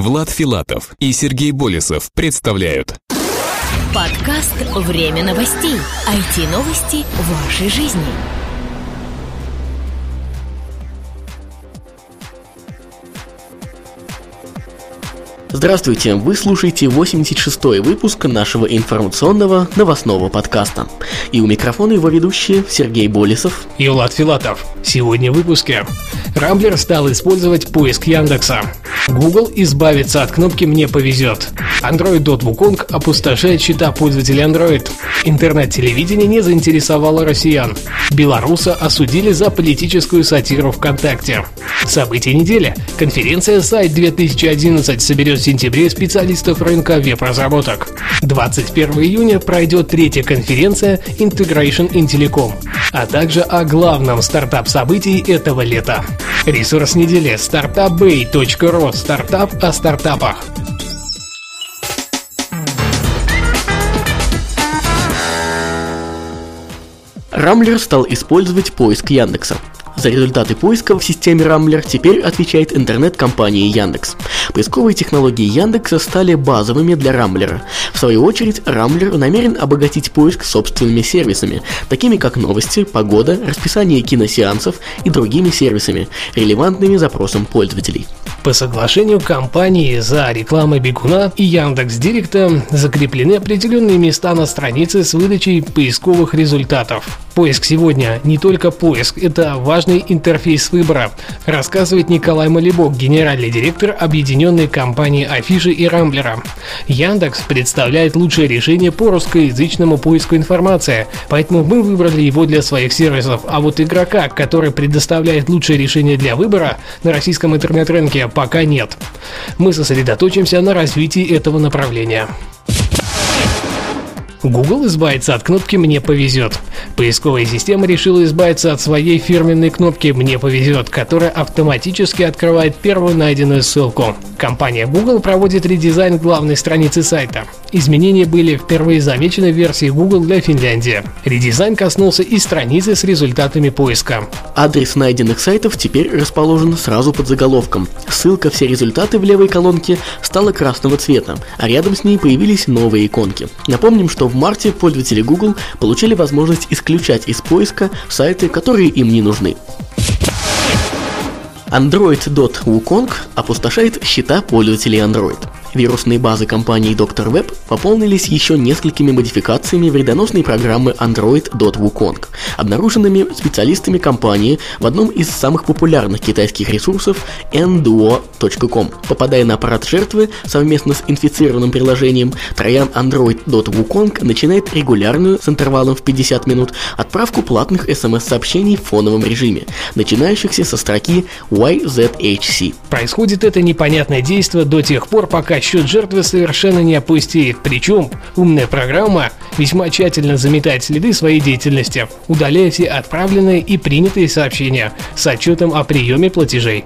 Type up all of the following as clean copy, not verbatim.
Влад Филатов и Сергей Болесов представляют подкаст «Время новостей». IT-новости вашей жизни. Здравствуйте, вы слушаете 86-й выпуск нашего информационного новостного подкаста. И у микрофона его ведущие Сергей Болесов и Влад Филатов. Сегодня в выпуске. Рамблер стал использовать поиск Яндекса. Google избавится от кнопки «Мне повезет». Android.Wukong опустошает счета пользователей Android. Интернет-телевидение не заинтересовало россиян. Белоруса осудили за политическую сатиру ВКонтакте. События недели. Конференция «Сайт 2011» соберет в сентябре специалистов рынка веб-разработок. 21 июня пройдет третья конференция Integration in Telecom, а также о главном стартап-событии этого лета. Ресурс недели startupbay.ru. Стартап о стартапах. Рамблер стал использовать поиск Яндекса. За результаты поиска в системе Рамблер теперь отвечает интернет-компания Яндекс. Поисковые технологии Яндекса стали базовыми для Рамблера. В свою очередь, Рамблер намерен обогатить поиск собственными сервисами, такими как новости, погода, расписание киносеансов и другими сервисами, релевантными запросам пользователей. По соглашению компании за рекламой Бегуна и Яндекс.Директа закреплены определенные места на странице с выдачей поисковых результатов. Поиск сегодня не только поиск, это важный интерфейс выбора, рассказывает Николай Малибок, генеральный директор объединенной компании Афиши и Рамблера. Яндекс представляет лучшее решение по русскоязычному поиску информации, поэтому мы выбрали его для своих сервисов, а вот игрока, который предоставляет лучшее решение для выбора на российском интернет-рынке, пока нет. Мы сосредоточимся на развитии этого направления. Google избавится от кнопки «Мне повезет». Поисковая система решила избавиться от своей фирменной кнопки «Мне повезет», которая автоматически открывает первую найденную ссылку. Компания Google проводит редизайн главной страницы сайта. Изменения были впервые замечены в версии Google для Финляндии. Редизайн коснулся и страницы с результатами поиска. Адрес найденных сайтов теперь расположен сразу под заголовком. Ссылка «Все результаты» в левой колонке стала красного цвета, а рядом с ней появились новые иконки. Напомним, что в марте пользователи Google получили возможность исключать из поиска сайты, которые им не нужны. Android.Wukong опустошает счета пользователей Android. Вирусные базы компании Dr. Web пополнились еще несколькими модификациями вредоносной программы Android.Wukong, обнаруженными специалистами компании в одном из самых популярных китайских ресурсов nduo.com. Попадая на аппарат жертвы совместно с инфицированным приложением, троян Android.Wukong начинает регулярную с интервалом в 50 минут отправку платных смс-сообщений в фоновом режиме, начинающихся со строки YZHC. Происходит это непонятное действие до тех пор, пока счет жертвы совершенно не опустеет. Причем умная программа весьма тщательно заметает следы своей деятельности, удаляя все отправленные и принятые сообщения с отчетом о приеме платежей.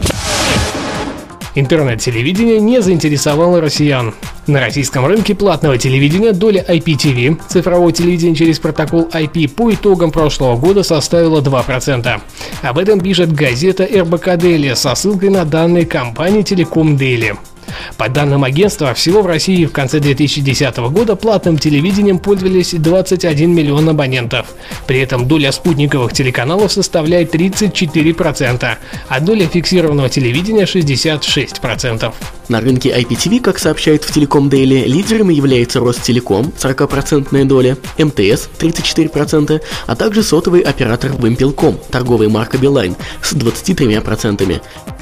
Интернет-телевидение не заинтересовало россиян. На российском рынке платного телевидения доля IPTV, цифрового телевидения через протокол IP, по итогам прошлого года составила 2%. Об этом пишет газета РБК Дейли со ссылкой на данные компании Telecom Daily. По данным агентства, всего в России в конце 2010 года платным телевидением пользовались 21 миллион абонентов. При этом доля спутниковых телеканалов составляет 34%, а доля фиксированного телевидения 66%. На рынке IPTV, как сообщает в Telecom Daily, лидерами является Ростелеком, 40% доля, МТС 34%, а также сотовый оператор Вимпелком, торговая марка Билайн, с 23%.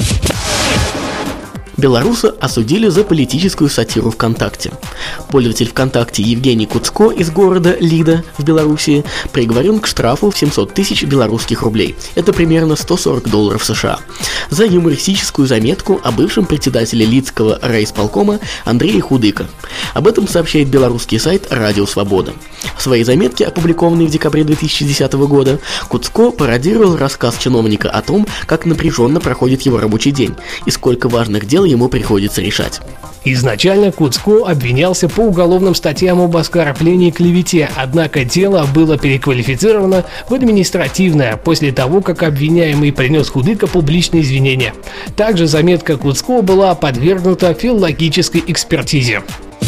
Белоруса осудили за политическую сатиру ВКонтакте. Пользователь ВКонтакте Евгений Куцко из города Лида в Белоруссии приговорен к штрафу в 700 тысяч белорусских рублей. Это примерно $140 США. За юмористическую заметку о бывшем председателе Лидского райисполкома Андрее Худыко. Об этом сообщает белорусский сайт «Радио Свобода». В своей заметке, опубликованной в декабре 2010 года, Куцко пародировал рассказ чиновника о том, как напряженно проходит его рабочий день и сколько важных дел ему приходится решать. Изначально Куцко обвинялся по уголовным статьям об оскорблении и клевете, однако дело было переквалифицировано в административное после того, как обвиняемый принес Худыка публичные извинения. Также заметка Куцко была подвергнута филологической экспертизе.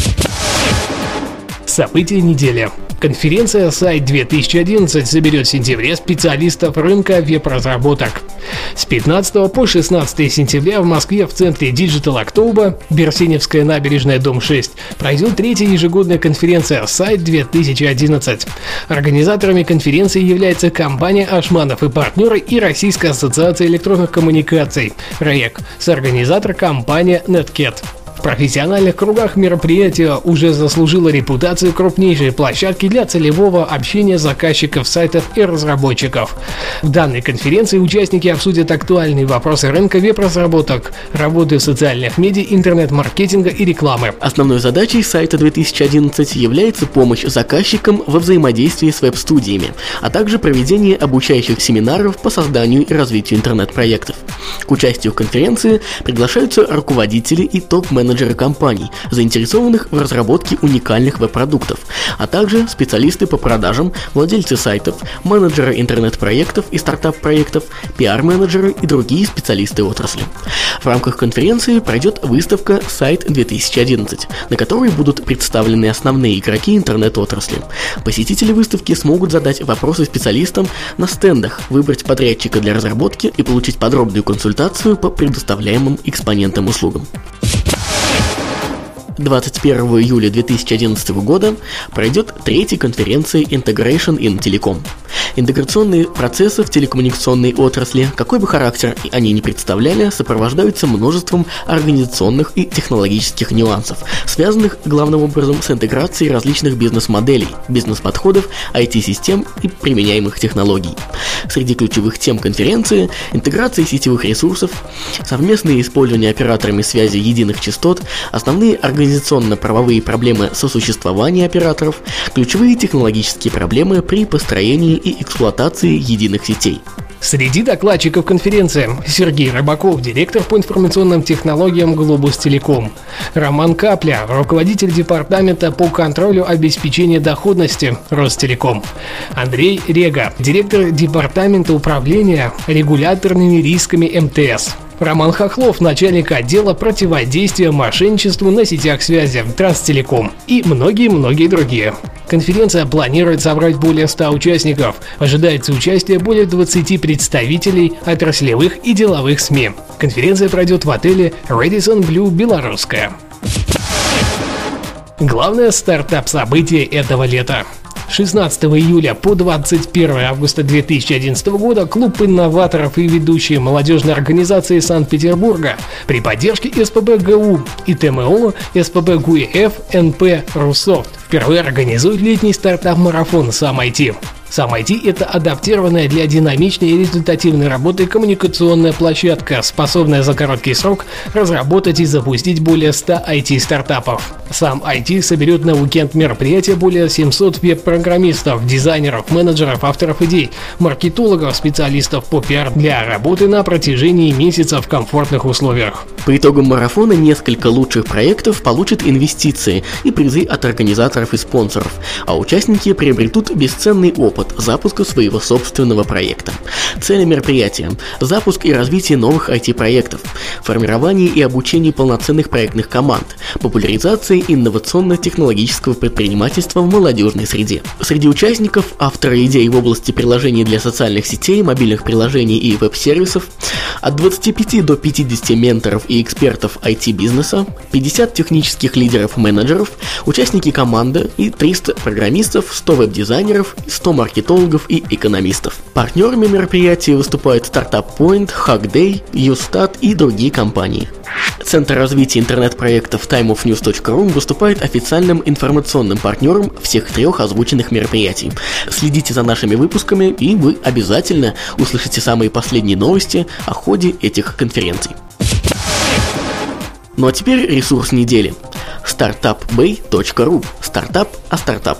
События недели. Конференция Сайт 2011 соберет в сентябре специалистов рынка веб-разработок. С 15 по 16 сентября в Москве в центре Digital October, Берсеневская набережная, дом 6, пройдет третья ежегодная конференция Сайт 2011. Организаторами конференции является компания Ашманов и партнеры и Российская ассоциация электронных коммуникаций РЭК, соорганизатор компания Netcat. В профессиональных кругах мероприятие уже заслужило репутацию крупнейшей площадки для целевого общения заказчиков сайтов и разработчиков. В данной конференции участники обсудят актуальные вопросы рынка веб-разработок, работы в социальных медиа, интернет-маркетинга и рекламы. Основной задачей сайта 2011 является помощь заказчикам во взаимодействии с веб-студиями, а также проведение обучающих семинаров по созданию и развитию интернет-проектов. К участию в конференции приглашаются руководители и топ-менеджеры компаний, заинтересованных в разработке уникальных веб-продуктов, а также специалисты по продажам, владельцы сайтов, менеджеры интернет-проектов и стартап-проектов, пиар-менеджеры и другие специалисты отрасли. В рамках конференции пройдет выставка Сайт 2011, на которой будут представлены основные игроки интернет-отрасли. Посетители выставки смогут задать вопросы специалистам на стендах, выбрать подрядчика для разработки и получить подробную консультацию по предоставляемым экспонентам услугам. 21 июля 2011 года пройдет третья конференция Integration in Telecom. Интеграционные процессы в телекоммуникационной отрасли, какой бы характер они ни представляли, сопровождаются множеством организационных и технологических нюансов, связанных главным образом с интеграцией различных бизнес-моделей, бизнес-подходов, IT-систем и применяемых технологий. Среди ключевых тем конференции – интеграция сетевых ресурсов, совместное использование операторами связи единых частот, основные организационно-правовые проблемы сосуществования операторов, ключевые технологические проблемы при построении и эксплуатации единых сетей. Среди докладчиков конференции Сергей Рыбаков, директор по информационным технологиям Глобус Телеком, Роман Капля, руководитель департамента по контролю обеспечения доходности Ростелеком, Андрей Рега, директор департамента управления регуляторными рисками МТС, Роман Хохлов, начальник отдела противодействия мошенничеству на сетях связи Транстелеком и многие-многие другие. Конференция планирует собрать более 100 участников. Ожидается участие более 20 представителей отраслевых и деловых СМИ. Конференция пройдет в отеле Radisson Blu Белорусская. Главное стартап-событие этого лета. 16 июля по 21 августа 2011 года клуб инноваторов и ведущие молодежной организации Санкт-Петербурга при поддержке СПб-ГУ и ТМО СПб-ГУИФ НП Русофт впервые организует летний стартап-марафон «Сам IT». Сам IT – это адаптированная для динамичной и результативной работы коммуникационная площадка, способная за короткий срок разработать и запустить более 100 IT-стартапов. Сам IT соберет на уикенд мероприятия более 700 веб-программистов, дизайнеров, менеджеров, авторов идей, маркетологов, специалистов по пиар для работы на протяжении месяца в комфортных условиях. По итогам марафона несколько лучших проектов получат инвестиции и призы от организаторов и спонсоров, а участники приобретут бесценный опыт запуска своего собственного проекта. Цели мероприятия – запуск и развитие новых IT-проектов, формирование и обучение полноценных проектных команд, популяризация инновационно-технологического предпринимательства в молодежной среде. Среди участников – авторы идей в области приложений для социальных сетей, мобильных приложений и веб-сервисов, от 25 до 50 менторов и экспертов IT-бизнеса, 50 технических лидеров-менеджеров, участники команды и 300 программистов, 100 веб-дизайнеров, 100 маркетологов и экономистов. Партнерами мероприятия выступают Startup Point, Hackday, Ustat и другие компании. Центр развития интернет-проектов timeofnews.ru выступает официальным информационным партнером всех трех озвученных мероприятий. Следите за нашими выпусками, и вы обязательно услышите самые последние новости о ходе этих конференций. Ну а теперь ресурс недели. startupbay.ru. Стартап о стартапах.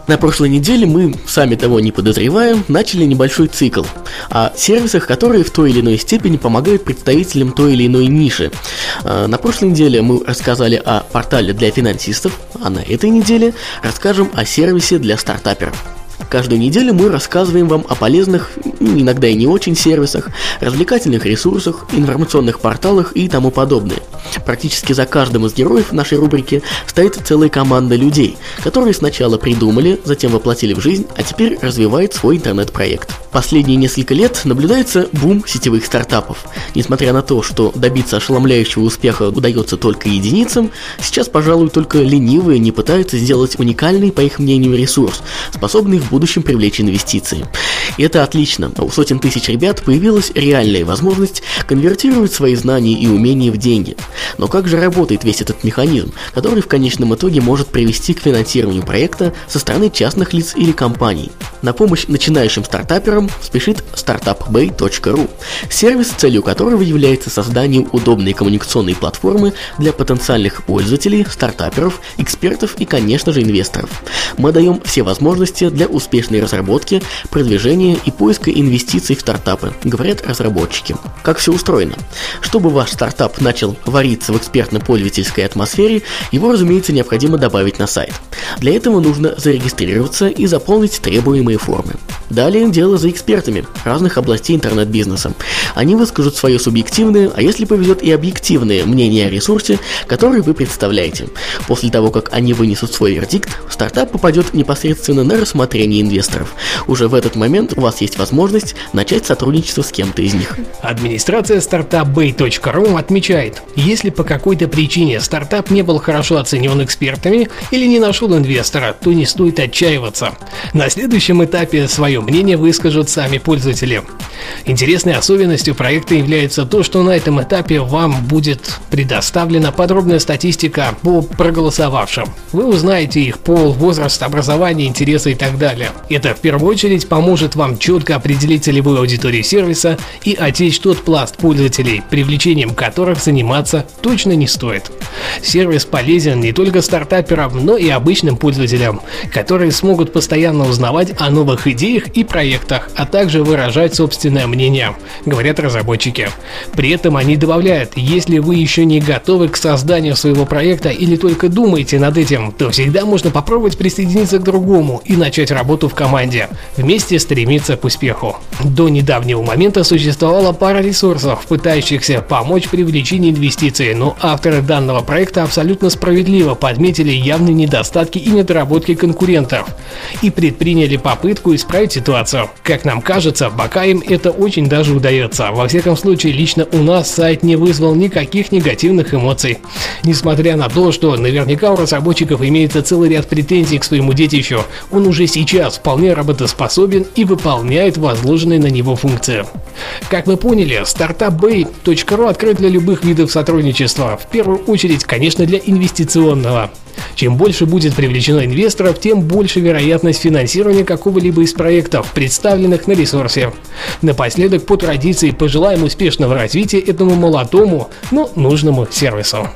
На прошлой неделе мы, сами того не подозревая, начали небольшой цикл о сервисах, которые в той или иной степени помогают представителям той или иной ниши. На прошлой неделе мы рассказали о портале для финансистов, а на этой неделе расскажем о сервисе для стартаперов. Каждую неделю мы рассказываем вам о полезных, иногда и не очень сервисах, развлекательных ресурсах, информационных порталах и тому подобное. Практически за каждым из героев нашей рубрики стоит целая команда людей, которые сначала придумали, затем воплотили в жизнь, а теперь развивают свой интернет-проект. Последние несколько лет наблюдается бум сетевых стартапов. Несмотря на то, что добиться ошеломляющего успеха удается только единицам, сейчас, пожалуй, только ленивые не пытаются сделать уникальный, по их мнению, ресурс, способный в будущем привлечь инвестиции. И это отлично. У сотен тысяч ребят появилась реальная возможность конвертировать свои знания и умения в деньги. Но как же работает весь этот механизм, который в конечном итоге может привести к финансированию проекта со стороны частных лиц или компаний? На помощь начинающим стартаперам спешит startupbay.ru, сервис, целью которого является создание удобной коммуникационной платформы для потенциальных пользователей, стартаперов, экспертов и, конечно же, инвесторов. Мы даем все возможности для успешной разработки, продвижения и поиска инвестиций в стартапы, говорят разработчики. Как все устроено? Чтобы ваш стартап начал вариться в экспертно-пользовательской атмосфере, его, разумеется, необходимо добавить на сайт. Для этого нужно зарегистрироваться и заполнить требуемые формы. Далее дело за экспертами разных областей интернет-бизнеса. Они выскажут свое субъективное, а если повезет и объективное мнение о ресурсе, который вы представляете. После того, как они вынесут свой вердикт, стартап попадет непосредственно на рассмотрение инвесторов. Уже в этот момент у вас есть возможность начать сотрудничество с кем-то из них. Администрация startupbay.ru отмечает, если по какой-то причине стартап не был хорошо оценен экспертами или не нашел инвестора, то не стоит отчаиваться. На следующем этапе свое мнение выскажут сами пользователи. Интересной особенностью проекта является то, что на этом этапе вам будет предоставлена подробная статистика по проголосовавшим. Вы узнаете их пол, возраст, образование, интересы и так далее. Это в первую очередь поможет вам четко определить целевую аудиторию сервиса и отсечь тот пласт пользователей, привлечением которых заниматься точно не стоит. Сервис полезен не только стартаперам, но и обычным пользователям, которые смогут постоянно узнавать о новых идеях и проектах, а также выражать собственное мнение, говорят разработчики. При этом они добавляют, если вы еще не готовы к созданию своего проекта или только думаете над этим, то всегда можно попробовать присоединиться к другому и начать работу в команде, вместе стремиться к успеху. До недавнего момента существовала пара ресурсов, пытающихся помочь привлечению инвестиций, но авторы данного проекта абсолютно справедливо подметили явные недостатки и недоработки конкурентов и предприняли попытку исправить ситуацию. Как нам кажется, пока им это очень даже удается. Во всяком случае, лично у нас сайт не вызвал никаких негативных эмоций. Несмотря на то, что наверняка у разработчиков имеется целый ряд претензий к своему детищу, он уже сейчас вполне работоспособен и выполняет возложенные на него функции. Как мы поняли, startupbay.ru открыт для любых видов сотрудничества, в первую очередь, конечно, для инвестиционного. Чем больше будет привлечено инвесторов, тем больше вероятность финансирования какого-либо из проектов, представленных на ресурсе. Напоследок, по традиции, пожелаем успешного развития этому молодому, но нужному сервису.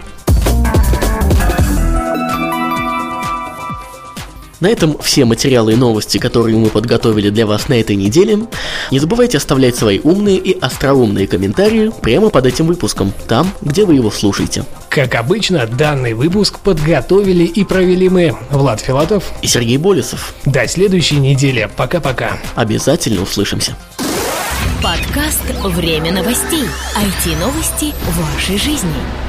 На этом все материалы и новости, которые мы подготовили для вас на этой неделе. Не забывайте оставлять свои умные и остроумные комментарии прямо под этим выпуском, там, где вы его слушаете. Как обычно, данный выпуск подготовили и провели мы, Влад Филатов и Сергей Болесов. До следующей недели. Пока-пока. Обязательно услышимся. Подкаст «Время новостей». IT-новости вашей жизни.